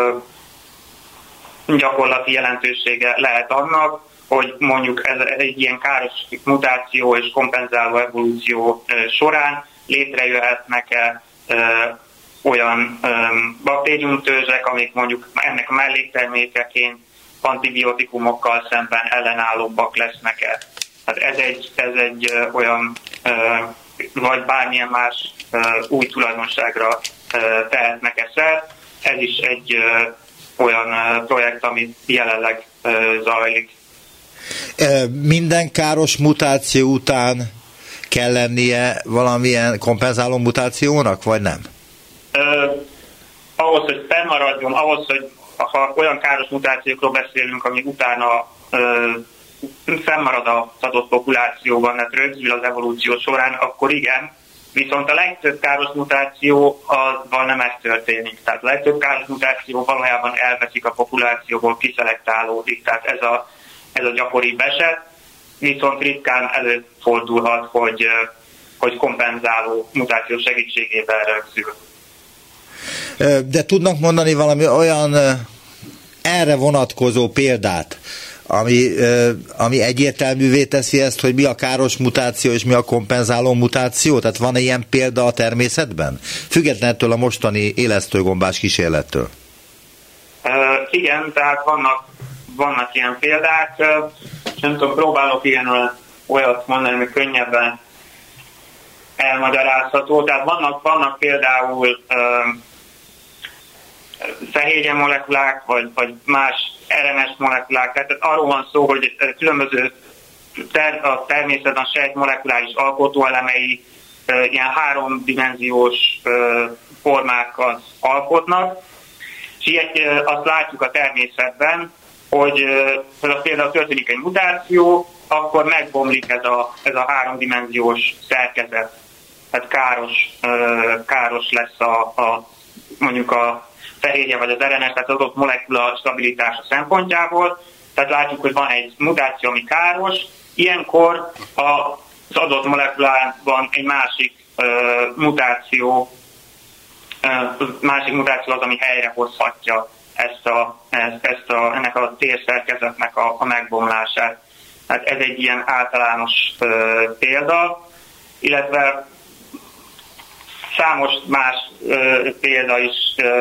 gyakorlati jelentősége lehet annak, hogy mondjuk ez egy ilyen káros mutáció és kompenzáló evolúció során létrejöhetnek-e olyan baktériumtörzsek, amik mondjuk ennek a melléktermékeként antibiotikumokkal szemben ellenállóbbak lesznek-e. Hát ez egy olyan, vagy bármilyen más új tulajdonságra tehetnek-e szert. Ez is egy olyan projekt, ami jelenleg zajlik. Minden káros mutáció után kell lennie valamilyen kompenzáló mutációnak, vagy nem? Ahhoz, hogy fennmaradjon, hogy ha olyan káros mutációkról beszélünk, ami utána fennmarad az adott populációban, tehát rögzül az evolúció során, akkor igen. Viszont a legtöbb káros mutáció azban nem ez történik. Tehát a legtöbb káros mutáció valójában elveszik a populációból, kiszelektálódik. Tehát ez a gyakoribb eset. viszont ritkán előfordulhat, hogy kompenzáló mutáció segítségével rögzül. De tudnak mondani valami olyan erre vonatkozó példát, ami egyértelművé teszi ezt, hogy mi a káros mutáció és mi a kompenzáló mutáció? Tehát van ilyen példa a természetben? Függetlenül a mostani élesztőgombás kísérlettől. Igen, tehát vannak ilyen példák. Nem tudom, próbálok olyat mondani, hogy könnyebben elmagyarázható. Tehát vannak például fehérje molekulák, vagy más RNS molekulák. Tehát arról van szó, hogy különböző a természetben a sejt molekuláris alkotóelemei ilyen háromdimenziós formákat alkotnak, és azt látjuk a természetben, hogy például történik egy mutáció, akkor megbomlik ez a háromdimenziós szerkezet. Tehát káros lesz mondjuk a fehérje vagy az RNS, tehát az adott molekula stabilitása szempontjából. Tehát látjuk, hogy van egy mutáció, ami káros. Ilyenkor az adott molekulában egy másik mutáció az, ami helyrehozhatja ennek a térszerkezetnek a megbomlását. Hát ez egy ilyen általános példa, illetve számos más példa is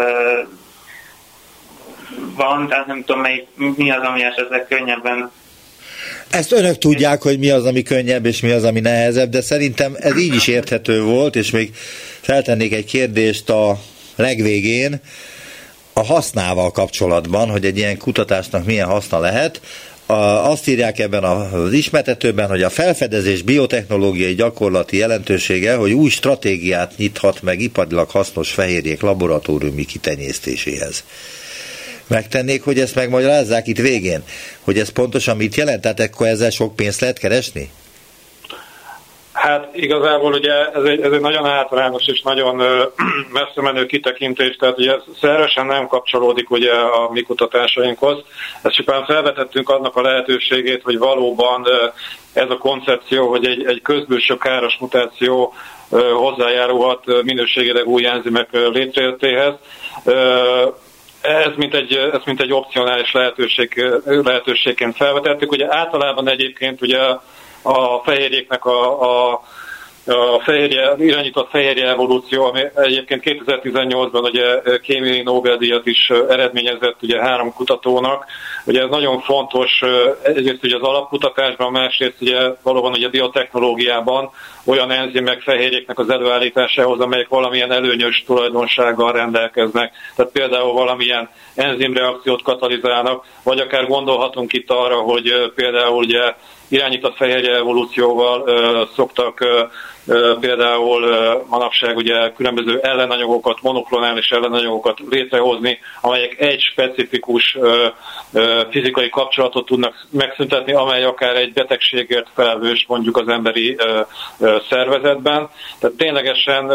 van, tehát nem tudom, mi az, ami esetleg könnyebben. Ezt önök tudják, hogy mi az, ami könnyebb, és mi az, ami nehezebb, de szerintem ez így is érthető volt, és még feltennék egy kérdést a legvégén, a hasznával kapcsolatban, hogy egy ilyen kutatásnak milyen haszna lehet. Azt írják ebben az ismertetőben, hogy a felfedezés biotechnológiai gyakorlati jelentősége, hogy új stratégiát nyithat meg iparilag hasznos fehérjék laboratóriumi kitenyésztéséhez. Megtennék, hogy ezt megmagyarázzák itt végén, hogy ez pontosan mit jelent? Tehát akkor ezzel sok pénzt lehet keresni? Hát igazából ugye ez egy nagyon általános és nagyon messze menő kitekintés, tehát ugye szervesen nem kapcsolódik ugye a mi kutatásainkhoz. Ezt csupán felvetettünk annak a lehetőségét, hogy valóban ez a koncepció, hogy egy közbülső káros mutáció hozzájárulhat minőségileg új enzimek létrejöttéhez. Ezt mint egy opcionális lehetőségként felvetettük. Ugye általában egyébként ugye a fehérjéknek a irányított fehérje evolúció, ami egyébként 2018-ban ugye kémiai Nobel-díjat is eredményezett ugye 3 kutatónak. Ugye ez nagyon fontos egyrészt ugye az alapkutatásban, másrészt ugye valóban ugye a biotechnológiában olyan enzimek fehérjéknek az előállításához, amelyek valamilyen előnyös tulajdonsággal rendelkeznek. Tehát például valamilyen enzimreakciót katalizálnak, vagy akár gondolhatunk itt arra, hogy például ugye irányított fehérje evolúcióval szoktak például manapság ugye különböző ellenanyagokat, monoklonális ellenanyagokat létrehozni, amelyek egy specifikus fizikai kapcsolatot tudnak megszüntetni, amely akár egy betegségért felelős mondjuk az emberi szervezetben. Tehát ténylegesen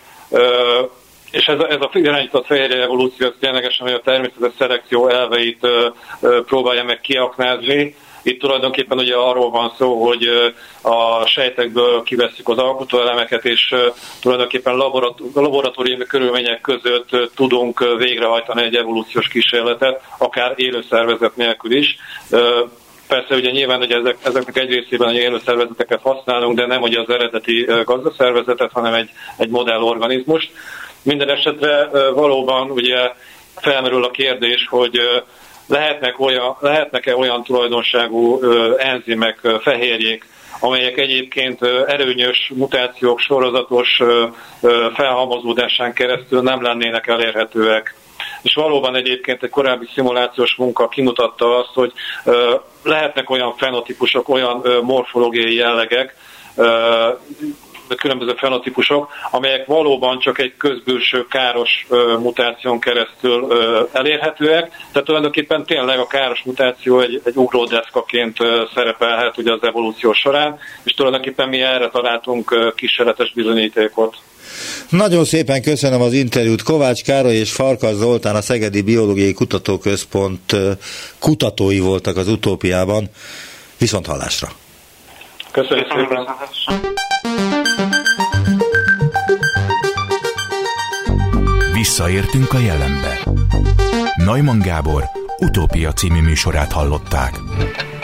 és ez a irányított fehérje evolúció az ténylegesen, hogy a természetes szelekció elveit próbálja meg kiaknázni. Itt tulajdonképpen ugye arról van szó, hogy a sejtekből kivesszük az alkotóelemeket, és tulajdonképpen laboratóriumi körülmények között tudunk végrehajtani egy evolúciós kísérletet, akár élő szervezet nélkül is. Persze ugye nyilván, hogy ezeknek egy részében élő szervezeteket használunk, de nem ugye az eredeti gazdaszervezetet, hanem egy modellorganizmust. Minden esetre valóban ugye felmerül a kérdés, hogy lehetnek-e olyan tulajdonságú enzimek, fehérjék, amelyek egyébként erőnyös mutációk sorozatos felhalmozódásán keresztül nem lennének elérhetőek. És valóban egyébként egy korábbi szimulációs munka kimutatta azt, hogy lehetnek olyan fenotípusok, olyan morfológiai jellegek, különböző fenotípusok, amelyek valóban csak egy közbülső káros mutáción keresztül elérhetőek. Tehát tulajdonképpen tényleg a káros mutáció egy ugródeszkaként szerepelhet ugye az evolúció során, és tulajdonképpen mi erre találtunk kísérletes bizonyítékot. Nagyon szépen köszönöm az interjút. Kovács Károly és Farkas Zoltán, a Szegedi Biológiai Kutatóközpont kutatói voltak az Utópiában. Viszonthallásra! Köszönjük szépen! Visszaértünk a jelenbe. Neumann Gábor Utópia című műsorát hallották.